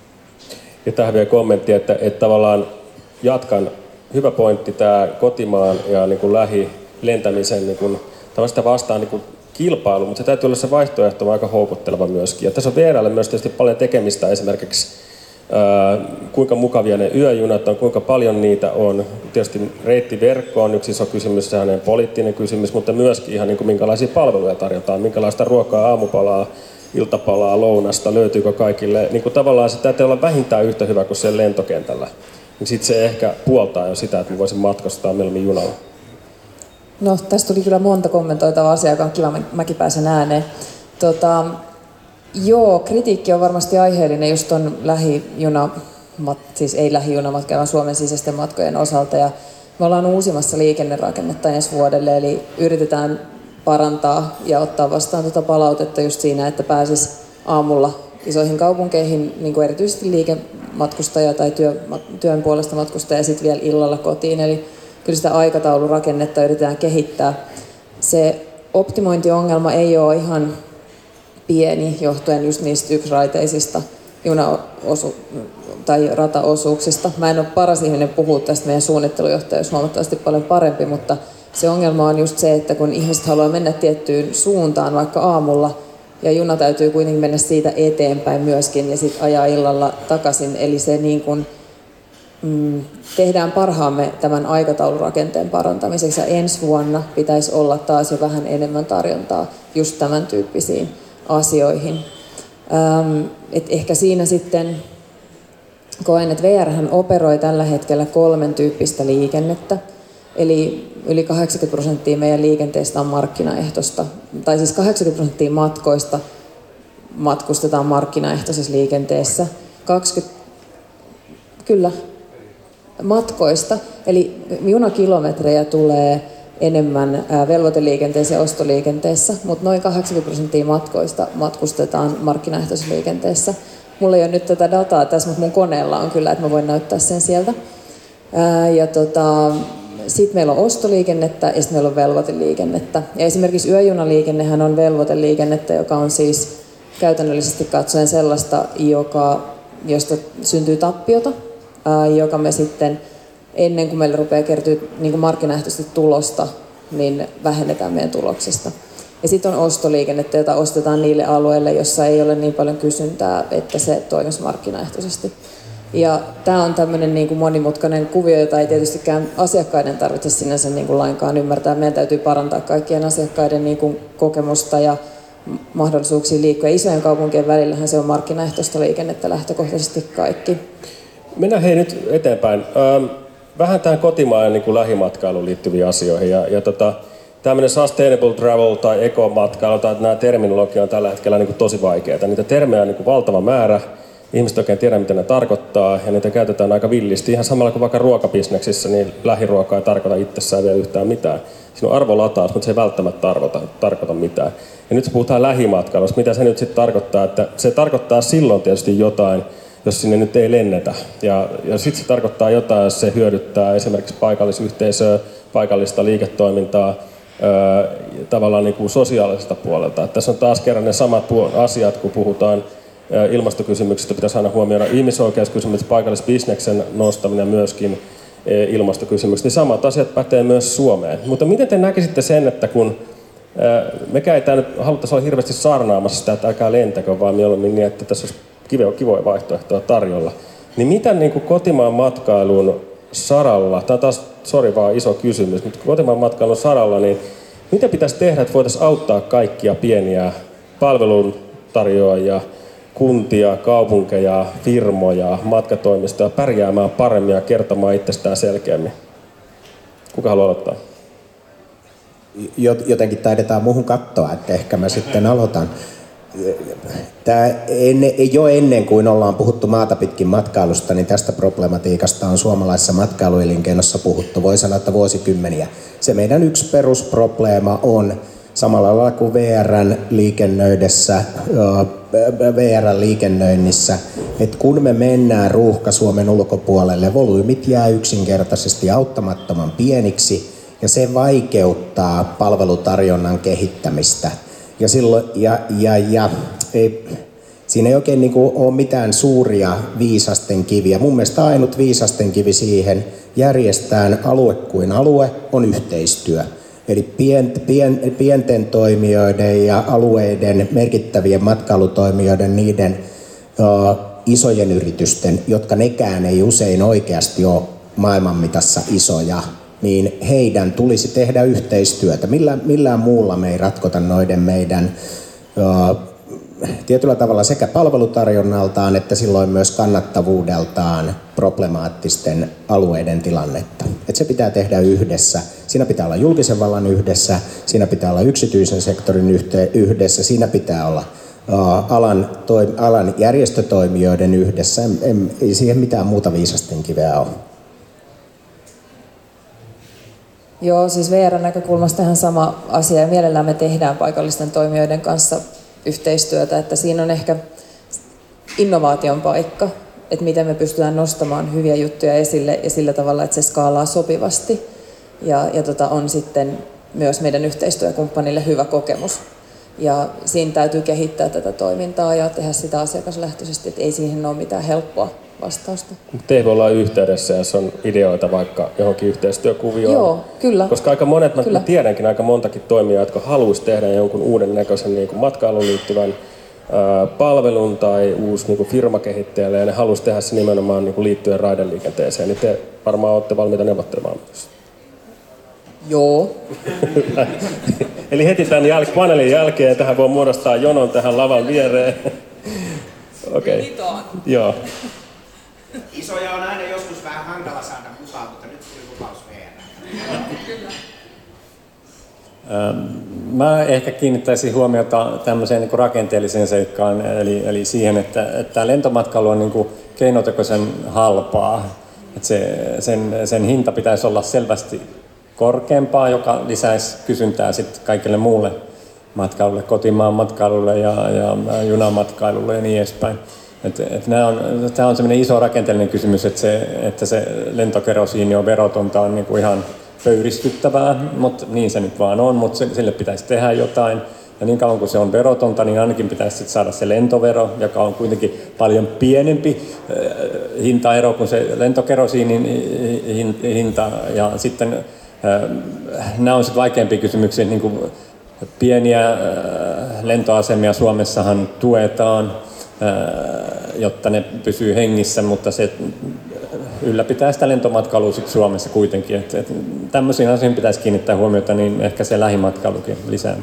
Ja tähän vielä kommentti, että, että tavallaan jatkan, hyvä pointti tämä kotimaan ja niin kuin lähilentämisen niin kuin, sitä vastaan niin kuin kilpailu, mutta se täytyy olla se vaihtoehto aika houkutteleva myöskin. Ja tässä on V R:lle myös tietysti paljon tekemistä esimerkiksi ää, kuinka mukavia ne yöjunat on, kuinka paljon niitä on. Tietysti reittiverkko on yksi iso kysymys, sehän on poliittinen kysymys, mutta myöskin ihan niin kuin minkälaisia palveluja tarjotaan, minkälaista ruokaa, aamupalaa, iltapalaa, lounasta, löytyykö kaikille. Niin kuin tavallaan se täytyy olla vähintään yhtä hyvä kuin siellä lentokentällä. Niin sitten se ehkä puoltaa jo sitä, että me voisin matkustaa mieluummin junalla. No, tästä tuli kyllä monta kommentoitavaa asiaa, joka on kiva, mäkin pääsen ääneen. Tota, joo, kritiikki on varmasti aiheellinen just ton lähijuna, siis ei lähijunamatkojen, vaan Suomen sisäisten matkojen osalta. Ja me ollaan uusimassa liikennerakennetta ensi vuodelle, eli yritetään parantaa ja ottaa vastaan tuota palautetta just siinä, että pääsis aamulla isoihin kaupunkeihin, niin kuin erityisesti liikematkustaja tai työ, työn puolesta matkustaja ja sitten vielä illalla kotiin. Eli kyllä sitä aikataulurakennetta yritetään kehittää. Se optimointiongelma ei ole ihan pieni, johtuen just niistä yksiraiteisista junaosu- tai rataosuuksista. Mä en ole paras ihminen puhua tästä, meidän suunnittelujohtaja olisi huomattavasti paljon parempi, mutta se ongelma on just se, että kun ihmiset haluaa mennä tiettyyn suuntaan vaikka aamulla, ja juna täytyy kuitenkin mennä siitä eteenpäin myöskin ja sitten ajaa illalla takaisin. Eli se niin kun, mm, tehdään parhaamme tämän aikataulurakenteen parantamiseksi ja ensi vuonna pitäisi olla taas jo vähän enemmän tarjontaa just tämän tyyppisiin asioihin. Ähm, et ehkä siinä sitten koen, että V R:hän operoi tällä hetkellä kolmen tyyppistä liikennettä. Eli yli kahdeksankymmentä prosenttia meidän liikenteestä on markkinaehtoista tai siis kahdeksankymmentä prosenttia matkoista matkustetaan markkinaehtoisessa liikenteessä. kaksikymmentä, kyllä, matkoista, eli junakilometrejä tulee enemmän velvoiteliikenteessä ja ostoliikenteessä, mutta noin kahdeksankymmentä prosenttia matkoista matkustetaan markkinaehtoisessa liikenteessä. Mulla ei ole nyt tätä dataa tässä, mutta mun koneella on kyllä, että mä voin näyttää sen sieltä. Ja tota, sitten meillä on ostoliikennettä ja sitten meillä on velvoiteliikennettä. Ja esimerkiksi yöjunaliikennehän on velvoiteliikennettä, joka on siis käytännöllisesti katsoen sellaista, joka, josta syntyy tappiota, ää, joka me sitten ennen kuin meille rupeaa kertyä niin kuin markkinaehtoisesti tulosta, niin vähennetään meidän tuloksesta. Ja sitten on ostoliikennettä, jota ostetaan niille alueille, jossa ei ole niin paljon kysyntää, että se toimisi markkinaehtoisesti. Ja tämä on tämmöinen niin kuin monimutkainen kuvio, jota ei tietystikään asiakkaiden tarvitse sinänsä niin kuin lainkaan ymmärtää. Meidän täytyy parantaa kaikkien asiakkaiden niin kuin kokemusta ja mahdollisuuksia liikkua. Isojen kaupunkien välillähän se on markkinaehtoista liikennettä lähtökohtaisesti kaikki. Mennään hei nyt eteenpäin. Vähän tähän kotimaan niin kuin lähimatkailuun liittyviin asioihin. Ja, ja tota, tämmöinen sustainable travel tai ekomatkailu tai nämä terminologia on tällä hetkellä niin kuin tosi vaikeaa. Niitä termejä on niin kuin valtava määrä. Ihmiset oikein tiedä, mitä ne tarkoittaa, ja niitä käytetään aika villisti. Ihan samalla kuin vaikka ruokabisneksissä, niin lähiruoka ei tarkoita itsessään vielä yhtään mitään. Siinä on arvolataus, mutta se ei välttämättä tarkoita, tarkoita mitään. Ja nyt puhutaan lähimatkailusta. Mitä se nyt sitten tarkoittaa? Että se tarkoittaa silloin tietysti jotain, jos sinne nyt ei lennetä. Ja, ja sitten se tarkoittaa jotain, jos se hyödyttää esimerkiksi paikallisyhteisöä, paikallista liiketoimintaa, öö, tavallaan niin kuin sosiaalisesta puolelta. Että tässä on taas kerran ne samat asiat, kun puhutaan ilmastokysymyksistä, pitäisi aina huomioida ihmisoikeuskysymykset, paikallisbisneksen nostaminen myöskin ilmastokysymykset, niin samat asiat pätee myös Suomeen. Mutta miten te näkisitte sen, että kun mekään ei nyt haluttaisiin olla hirveästi saarnaamassa sitä, että älkää lentäkö, vaan mieluummin niin, että tässä olisi kivoja vaihtoehtoja tarjolla, niin mitä niin kuin kotimaan matkailun saralla, tämä on taas, sori vaan iso kysymys, mutta kotimaan matkailun saralla, niin mitä pitäisi tehdä, että voitaisiin auttaa kaikkia pieniä palveluntarjoajia, kuntia, kaupunkeja, firmoja, matkatoimistoja pärjäämään paremmin ja kertomaan itsestään selkeämmin? Kuka haluaa aloittaa? Jotenkin taidetaan muuhun katsoa, että ehkä mä sitten aloitan. Tämä ennen, jo ennen kuin ollaan puhuttu maata pitkin matkailusta, niin tästä problematiikasta on suomalaisessa matkailuelinkeinossa puhuttu, voi sanoa, että vuosikymmeniä. Se meidän yksi perusprobleema on samalla lailla kuin V R:n liikennöidessä, V R:n liikennöinnissä, että kun me mennään ruuhka Suomen ulkopuolelle, volyymit jää yksinkertaisesti auttamattoman pieniksi ja se vaikeuttaa palvelutarjonnan kehittämistä. Ja, silloin, ja, ja, ja ei, siinä ei oikein niin kuin ole mitään suuria viisasten kiviä. Mun mielestä ainut viisasten kivi siihen järjestään alue kuin alue on yhteistyö. Eli pien, pien, pienten toimijoiden ja alueiden merkittävien matkailutoimijoiden, niiden o, isojen yritysten, jotka nekään ei usein oikeasti ole maailman mitassa isoja, niin heidän tulisi tehdä yhteistyötä. Millään, millään muulla me ei ratkota noiden meidän o, tietyllä tavalla sekä palvelutarjonnaltaan että silloin myös kannattavuudeltaan problemaattisten alueiden tilannetta. Et se pitää tehdä yhdessä. Siinä pitää olla julkisen vallan yhdessä, siinä pitää olla yksityisen sektorin yhdessä, siinä pitää olla alan, toi, alan järjestötoimijoiden yhdessä. Ei siihen mitään muuta viisasten kiveä ole. Joo, siis V R:n näkökulmasta ihan sama asia ja mielellään me tehdään paikallisten toimijoiden kanssa yhteistyötä, että siinä on ehkä innovaation paikka, että miten me pystytään nostamaan hyviä juttuja esille ja sillä tavalla, että se skaalaa sopivasti ja, ja tota, on sitten myös meidän yhteistyökumppanille hyvä kokemus. Ja siinä täytyy kehittää tätä toimintaa ja tehdä sitä asiakaslähtöisesti, että ei siihen ole mitään helppoa vastausta. Teihin ollaan yhteydessä, jos on ideoita vaikka johonkin yhteistyökuvioon. Joo, kyllä. Koska aika monet, mä kyllä. tiedänkin aika montakin toimijaa, jotka haluaisi tehdä jonkun uuden näköisen niin kuin matkailuun liittyvän ää, palvelun tai uusi niin kuin firmakehittäjälle, ja ne haluaisi tehdä se nimenomaan niin kuin liittyen raideliikenteeseen, niin te varmaan olette valmiita neuvottelemaan myös. Joo. Eli heti tämän jäl- paneelin jälkeen tähän voi muodostaa jonon tähän lavan viereen. Okei. Okay. Joo. Isoja on aina joskus vähän hankala saada mukaan, mutta nyt tuli lupaus V R. Mä ehkä kiinnittäisin huomiota tämmöiseen niin kuin rakenteelliseen seikkaan, eli, eli siihen, että, että tämä lentomatkailu on niin kuin keinotekoisen halpaa. Että se, sen, sen hinta pitäisi olla selvästi korkeampaa, joka lisäisi kysyntää sitten kaikille muulle matkailulle, kotimaan matkailulle ja, ja junamatkailulle ja niin edespäin. Et, et nämä on, tämä on sellainen iso rakenteellinen kysymys, että se, että se lentokerosiini on verotonta on niin kuin ihan pöyristyttävää, mutta niin se nyt vaan on, mutta sille pitäisi tehdä jotain. Ja niin kauan kuin se on verotonta, niin ainakin pitäisi sit saada se lentovero, joka on kuitenkin paljon pienempi äh, hintaero kuin se lentokerosiinin hinta. Ja sitten äh, nämä on sitten vaikeampia kysymyksiä, niin kuin pieniä äh, lentoasemia Suomessahan tuetaan, jotta ne pysyy hengissä, mutta se ylläpitää sitä lentomatkailua sit Suomessa kuitenkin. Et, et tämmöisiin asioihin pitäisi kiinnittää huomiota, niin ehkä se lähimatkailukin lisääntyy.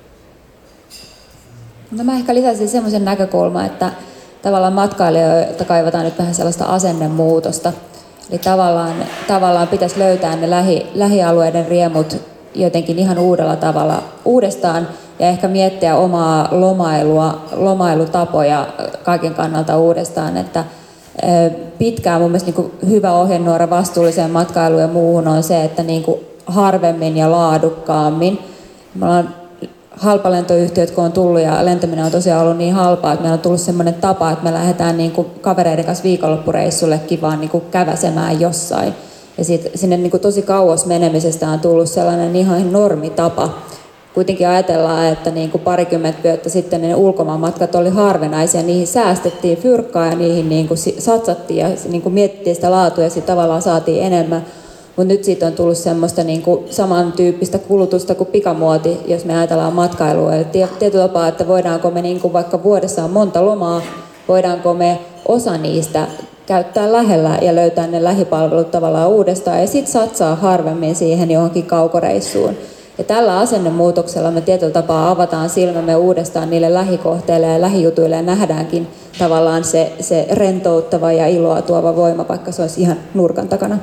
No mä ehkä lisäisin semmoisen näkökulman, että tavallaan matkailijoilta kaivataan nyt vähän sellaista asennemuutosta. Eli tavallaan, tavallaan pitäisi löytää ne lähi, lähialueiden riemut jotenkin ihan uudella tavalla uudestaan ja ehkä miettiä omaa lomailua, lomailutapoja kaiken kannalta uudestaan. Että pitkään mun mielestä niin kuin hyvä ohjenuora vastuulliseen matkailuun ja muuhun on se, että niin kuin harvemmin ja laadukkaammin. Me ollaan halpalentoyhtiöt, kun on tullut ja lentäminen on tosiaan ollut niin halpaa, että meillä on tullut semmoinen tapa, että me lähdetään niin kuin kavereiden kanssa viikonloppureissullekin vaan niin kuin käväsemään jossain. Ja sit, sinne niin kuin tosi kauas menemisestä on tullut sellainen ihan normitapa. Kuitenkin ajatellaan, että niin kuin parikymmentä vuotta sitten ne ulkomaanmatkat oli harvinaisia, niihin säästettiin fyrkkaa ja niihin niin kuin satsattiin ja niin kuin mietittiin sitä laatua ja sitten tavallaan saatiin enemmän. Mutta nyt siitä on tullut semmoista niin kuin samantyyppistä kulutusta kuin pikamuoti, jos me ajatellaan matkailua. Eli tietyllä tapaa, että voidaanko me niin kuin vaikka vuodessa on monta lomaa, voidaanko me osa niistä käyttää lähellä ja löytää ne lähipalvelut tavallaan uudestaan ja sitten satsaa harvemmin siihen johonkin kaukoreissuun. Ja tällä asennemuutoksella me tietyllä tapaa avataan silmämme uudestaan niille lähikohteille ja lähijutuille ja nähdäänkin tavallaan se, se rentouttava ja iloa tuova voima, vaikka se olisi ihan nurkan takana.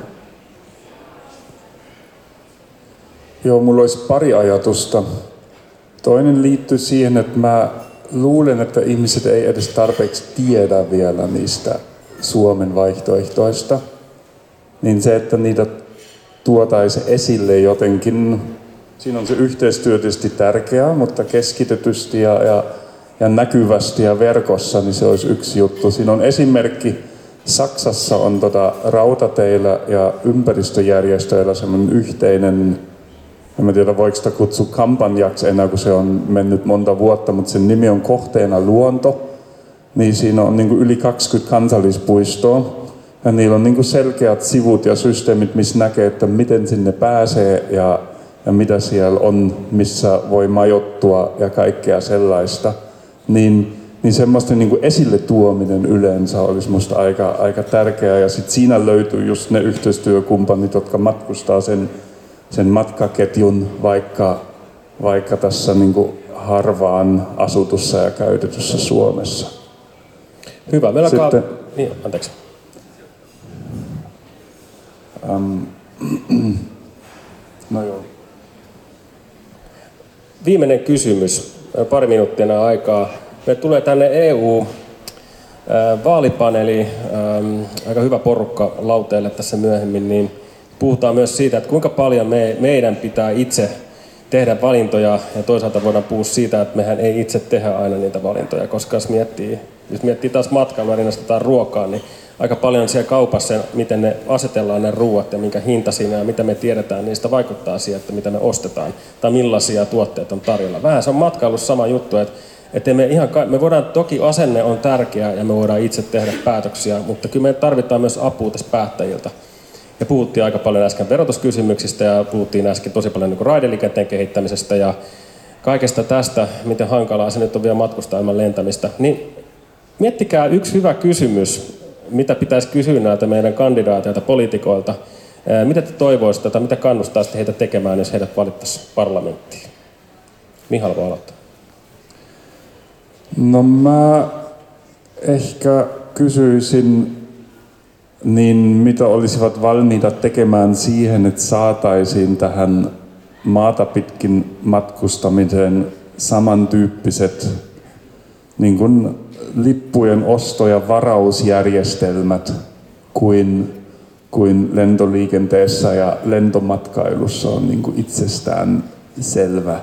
Joo, mulla olisi pari ajatusta. Toinen liittyy siihen, että mä luulen, että ihmiset ei edes tarpeeksi tiedä vielä niistä Suomen vaihtoehtoista. Niin se, että niitä tuotaisiin esille jotenkin, siinä on se yhteistyö tietysti tärkeää, mutta keskitetysti ja, ja, ja näkyvästi ja verkossa, niin se olisi yksi juttu. Siinä on esimerkki, Saksassa on tota rautateillä ja ympäristöjärjestöillä semmoinen yhteinen, en tiedä voiko sitä kutsua kampanjaksi enää, kun se on mennyt monta vuotta, mutta sen nimi on Kohteena luonto. Niin siinä on niin kuin yli kaksikymmentä kansallispuistoa ja niillä on niin kuin selkeät sivut ja systeemit, missä näkee, että miten sinne pääsee ja, ja mitä siellä on, missä voi majoittua ja kaikkea sellaista. Niin, niin semmoista niin kuin esille tuominen yleensä olisi musta aika, aika tärkeää ja sit siinä löytyy just ne yhteistyökumppanit, jotka matkustaa sen sen matkaketjun vaikka, vaikka tässä niin kuin harvaan asutussa ja käytetyssä Suomessa. Hyvä. Meillä alkaa... Sitten, niin, anteeksi. Ähm, no joo. Viimeinen kysymys. Pari minuuttia aikaa. Me tulee tänne E U-vaalipaneeli, aika hyvä porukka lauteelle tässä myöhemmin, niin puhutaan myös siitä, että kuinka paljon me, meidän pitää itse tehdä valintoja ja toisaalta voidaan puhua siitä, että mehän ei itse tehdä aina niitä valintoja, koska jos miettii, jos miettii taas matkailua, rinnastetaan ruokaa, niin aika paljon siellä kaupassa, miten ne asetellaan ne ruuat ja minkä hinta siinä ja mitä me tiedetään, niistä vaikuttaa siihen, että mitä me ostetaan tai millaisia tuotteita on tarjolla. Vähän se on matkailussa sama juttu, että, että me, ihan, me voidaan, toki asenne on tärkeä ja me voidaan itse tehdä päätöksiä, mutta kyllä me tarvitaan myös apua tässä päättäjiltä. Ja puhuttiin aika paljon äsken verotuskysymyksistä ja puhuttiin äsken tosi paljon niin kuin raideliikenteen kehittämisestä ja kaikesta tästä, miten hankalaa se nyt on vielä matkustaa ilman lentämistä. Niin miettikää yksi hyvä kysymys, mitä pitäisi kysyä näiltä meidän kandidaateilta, poliitikoilta. Mitä te toivoisitte tai mitä kannustaisitte heitä tekemään, jos heidät valittaisiin parlamenttiin? Mihal voi aloittaa. No mä ehkä kysyisin, niin mitä olisivat valmiita tekemään siihen, että saataisiin tähän maata pitkin matkustamisen samantyyppiset niin kuin lippujen osto- ja varausjärjestelmät kuin, kuin lentoliikenteessä ja lentomatkailussa on niin kuin itsestään selvä.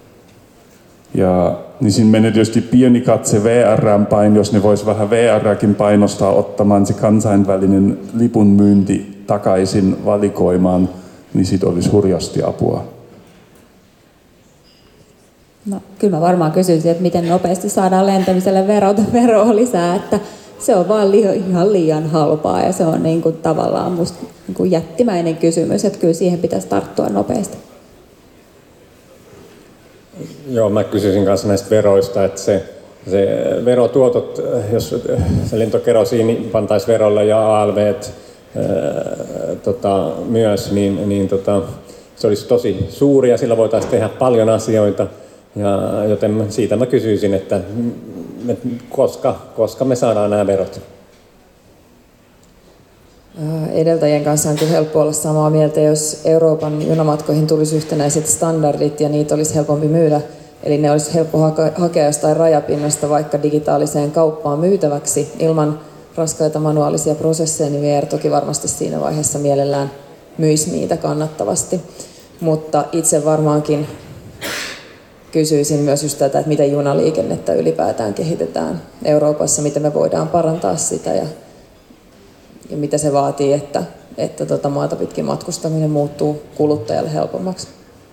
Ja niin siinä menee tietysti pieni katse V R:n päin, jos ne vois vähän V R:äkin painostaa ottamaan se kansainvälinen lipun myynti takaisin valikoimaan, niin siitä olisi hurjasti apua. No, kyllä mä varmaan kysyisin, että miten nopeasti saadaan lentämiselle verota veroa lisää, että se on vaan li- ihan liian halpaa ja se on niin kuin tavallaan musta niin kuin jättimäinen kysymys, että kyllä siihen pitäisi tarttua nopeasti. Joo, mä kysyisin kanssa näistä veroista, että se, se verotuotot, jos se lentokerosiini pantaisi verolle ja A L V:t ää, tota, myös, niin, niin tota, se olisi tosi suuri ja sillä voitaisiin tehdä paljon asioita. Ja, joten siitä mä kysyisin, että me, koska, koska me saadaan nämä verot. Edeltäjien kanssa on kyllä helppo olla samaa mieltä, jos Euroopan junamatkoihin tulisi yhtenäiset standardit ja niitä olisi helpompi myydä. Eli ne olisi helppo hakea jostain rajapinnasta vaikka digitaaliseen kauppaan myytäväksi ilman raskaita manuaalisia prosesseja, niin V R toki varmasti siinä vaiheessa mielellään myisi niitä kannattavasti. Mutta itse varmaankin kysyisin myös just tätä, että miten junaliikennettä ylipäätään kehitetään Euroopassa, miten me voidaan parantaa sitä ja, ja mitä se vaatii, että, että tota maata pitkin matkustaminen muuttuu kuluttajalle helpommaksi.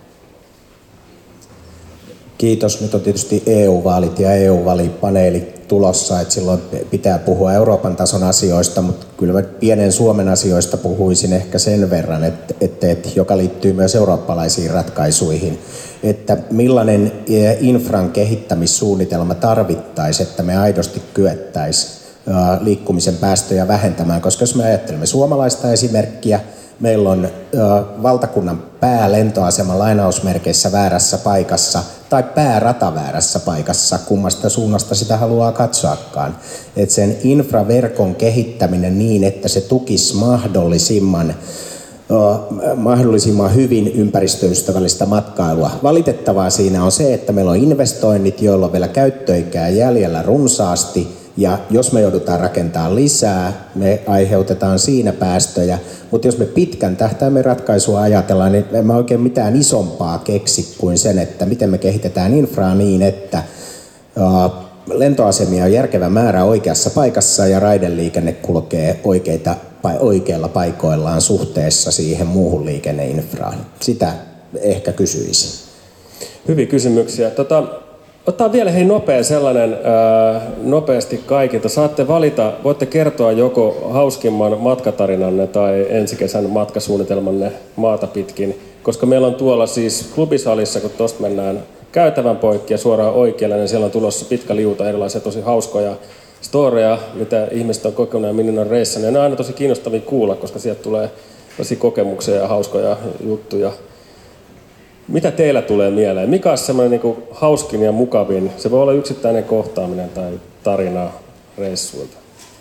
Kiitos. Nyt on tietysti E U-vaalit ja E U-vaalipaneeli tulossa, että silloin pitää puhua Euroopan tason asioista, mutta kyllä mä pienen Suomen asioista puhuisin ehkä sen verran, että, että, että joka liittyy myös eurooppalaisiin ratkaisuihin, että millainen infran kehittämissuunnitelma tarvittaisiin, että me aidosti kyettäisiin liikkumisen päästöjä vähentämään, koska jos me ajattelemme suomalaista esimerkkiä, meillä on ö, valtakunnan päälentoasema lainausmerkeissä väärässä paikassa tai päärata väärässä paikassa, kummasta suunnasta sitä haluaa katsoakaan. Et sen infraverkon kehittäminen niin, että se tukisi mahdollisimman, ö, mahdollisimman hyvin ympäristöystävällistä matkailua. Valitettavaa siinä on se, että meillä on investoinnit, joilla on vielä käyttöikää jäljellä runsaasti. Ja jos me joudutaan rakentamaan lisää, me aiheutetaan siinä päästöjä. Mutta jos me pitkän tähtäimen ratkaisua ajatellaan, niin emme oikein mitään isompaa keksi kuin sen, että miten me kehitetään infraa niin, että lentoasemia on järkevä määrä oikeassa paikassa ja raideliikenne kulkee oikeita, oikeilla paikoillaan suhteessa siihen muuhun liikenneinfraan. Sitä ehkä kysyisin. Hyviä kysymyksiä. Tota, Ottaa vielä hei nopea sellainen ää, nopeasti kaikilta. Saatte valita, voitte kertoa joko hauskimman matkatarinanne tai ensi kesän matkasuunnitelmanne maata pitkin, koska meillä on tuolla siis klubisalissa, kun tuosta mennään käytävän poikki ja suoraan oikealle, niin siellä on tulossa pitkä liuta erilaisia tosi hauskoja storeja, mitä ihmiset on kokenut ja minne on reissannut. Ja ne on aina tosi kiinnostavia kuulla, koska sieltä tulee tosi kokemuksia ja hauskoja juttuja. Mitä teillä tulee mieleen? Mikä on semmoinen niin kuin hauskin ja mukavin? Se voi olla yksittäinen kohtaaminen tai tarina reissuilta.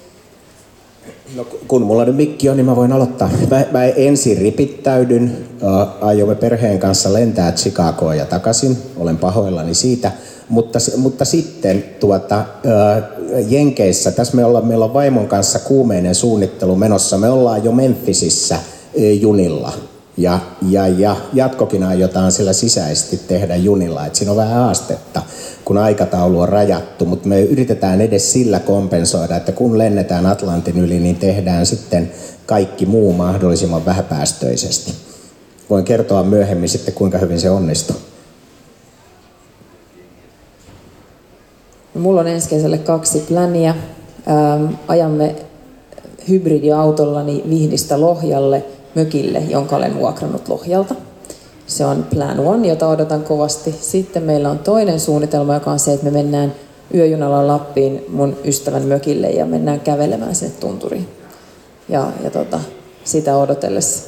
No, kun mulla nyt mikki on, niin mä voin aloittaa. Mä, mä ensin ripittäydyn. Äh, aiomme perheen kanssa lentää Chicagoon ja takaisin. Olen pahoillani siitä. Mutta, mutta sitten tuota, äh, Jenkeissä, tässä me ollaan, meillä on vaimon kanssa kuumeinen suunnittelu menossa. Me ollaan jo Memphisissä äh, junilla. Ja, ja, ja jatkokin aiotaan sillä sisäisesti tehdä junilla, että siinä on vähän haastetta, kun aikataulu on rajattu, mutta me yritetään edes sillä kompensoida, että kun lennetään Atlantin yli, niin tehdään sitten kaikki muu mahdollisimman vähäpäästöisesti. Voin kertoa myöhemmin sitten, kuinka hyvin se onnistuu. Mulla on ensi kesälle kaksi pläniä. Ähm, ajamme hybridiautollani Vihdistä Lohjalle, mökille, jonka olen vuokrannut Lohjalta. Se on plan one, jota odotan kovasti. Sitten meillä on toinen suunnitelma, joka on se, että me mennään yöjunalla Lappiin mun ystävän mökille ja mennään kävelemään sinne tunturiin. Ja, ja tota, sitä odotellessa.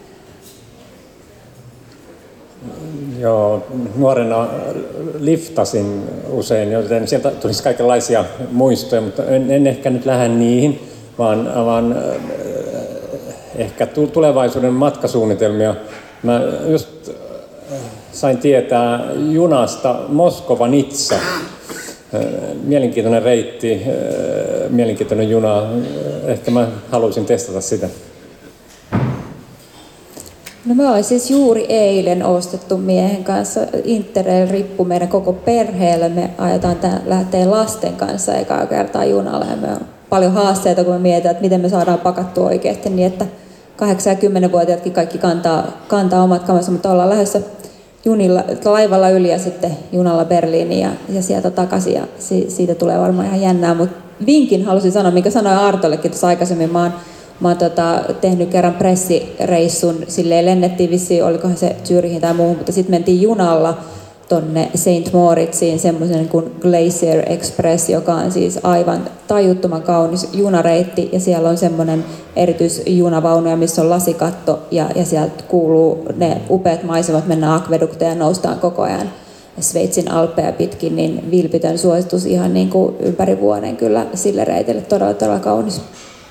Joo, nuorena liftasin usein, joten sieltä tulisi kaikenlaisia muistoja, mutta en, en ehkä nyt lähde niihin, vaan, vaan ehkä tulevaisuuden matkasuunnitelmia. Mä just sain tietää junasta Moskova-Nizza. Mielenkiintoinen reitti, mielenkiintoinen juna. Ehkä mä haluaisin testata sitä. No me ollaan siis juuri eilen ostettu miehen kanssa Interrail-rippu meidän koko perheelle. Me aiotaan tämän, lähteä lasten kanssa ekaa kertaa junalla ja me on paljon haasteita, kun me mietitään, että miten me saadaan pakattua oikeasti niin, että kahdeksan- ja kymmenvuotiaatkin kaikki kantaa, kantaa omat kamansa, mutta ollaan lähdössä junilla, laivalla yli ja sitten junalla Berliiniin ja, ja sieltä takaisin ja si, siitä tulee varmaan ihan jännää, mutta vinkin halusin sanoa, minkä sanoin Artollekin tuossa aikaisemmin, mä oon, mä oon tota, tehnyt kerran pressireissun, silleen lennettiin vissiin, olikohan se Zürichiin tai muuhun, mutta sitten mentiin junalla tonne Saint Moritsiin, semmoisen kuin Glacier Express, joka on siis aivan tajuttoman kaunis junareitti ja siellä on semmoinen erityisjunavaunuja, missä on lasikatto ja, ja sieltä kuuluu ne upeat maisemat, mennään akvedukteja ja noustaan koko ajan Sveitsin alppeja pitkin, niin vilpitön suositus ihan niin kuin ympäri vuoden kyllä sille reitille, todella todella kaunis.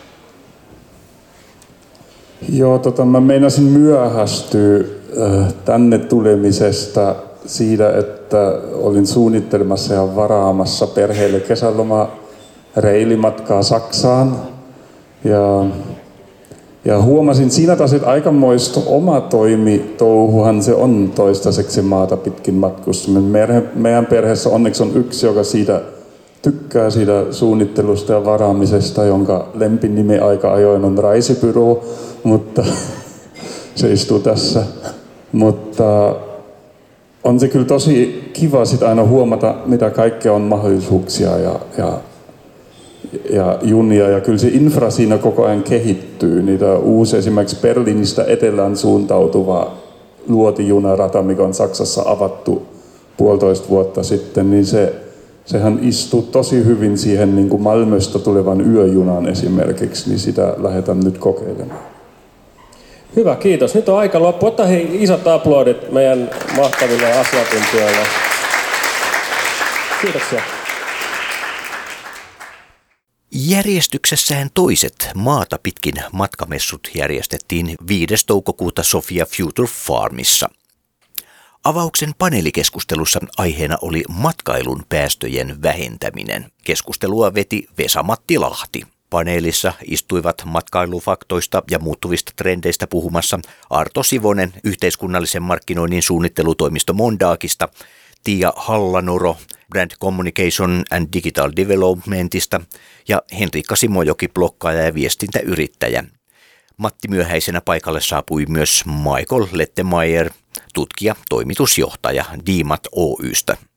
Joo, tota, mä meinasin myöhästyä äh, tänne tulemisesta siitä, että olin suunnittelemassa ja varaamassa perheelle kesäloma reilimatkaa Saksaan. Ja, ja huomasin siinä taas, että aikamoista oma toimitouhuhan se on toistaiseksi maata pitkin matkussa. Meidän perheessä onneksi on yksi, joka siitä tykkää siitä suunnittelusta ja varaamisesta, jonka lempinimi aika ajoin on Reisebüro, mutta se istuu tässä. Mutta on se kyllä tosi kiva sit aina huomata, mitä kaikkea on mahdollisuuksia ja, ja, ja junia. Ja kyllä se infra siinä koko ajan kehittyy. Niitä uusi esimerkiksi Berliinistä etelään suuntautuva luotijunarata, mikä on Saksassa avattu puolitoista vuotta sitten, niin se, sehän istuu tosi hyvin siihen niin kuin Malmöstä tulevan yöjunan esimerkiksi, niin sitä lähdetään nyt kokeilemaan. Hyvä, kiitos. Nyt on aika loppu. Ota hei isot aplodit meidän mahtaville asiantuntijoille. Kiitoksia. Järjestyksessään toiset maata pitkin matkamessut järjestettiin viides toukokuuta Sofia Future Farmissa. Avauksen paneelikeskustelussa aiheena oli matkailun päästöjen vähentäminen. Keskustelua veti Vesa-Matti Lahti. Paneelissa istuivat matkailufaktoista ja muuttuvista trendeistä puhumassa Arto Sivonen yhteiskunnallisen markkinoinnin suunnittelutoimisto Mondaakista, Tiia Hallanuro Brand Communication and Digital Developmentista ja Henrikka Simojoki blokkaaja ja viestintäyrittäjä. Matti Myöhäisenä paikalle saapui myös Michael Lettemeier, tutkija, toimitusjohtaja Dimat Oystä.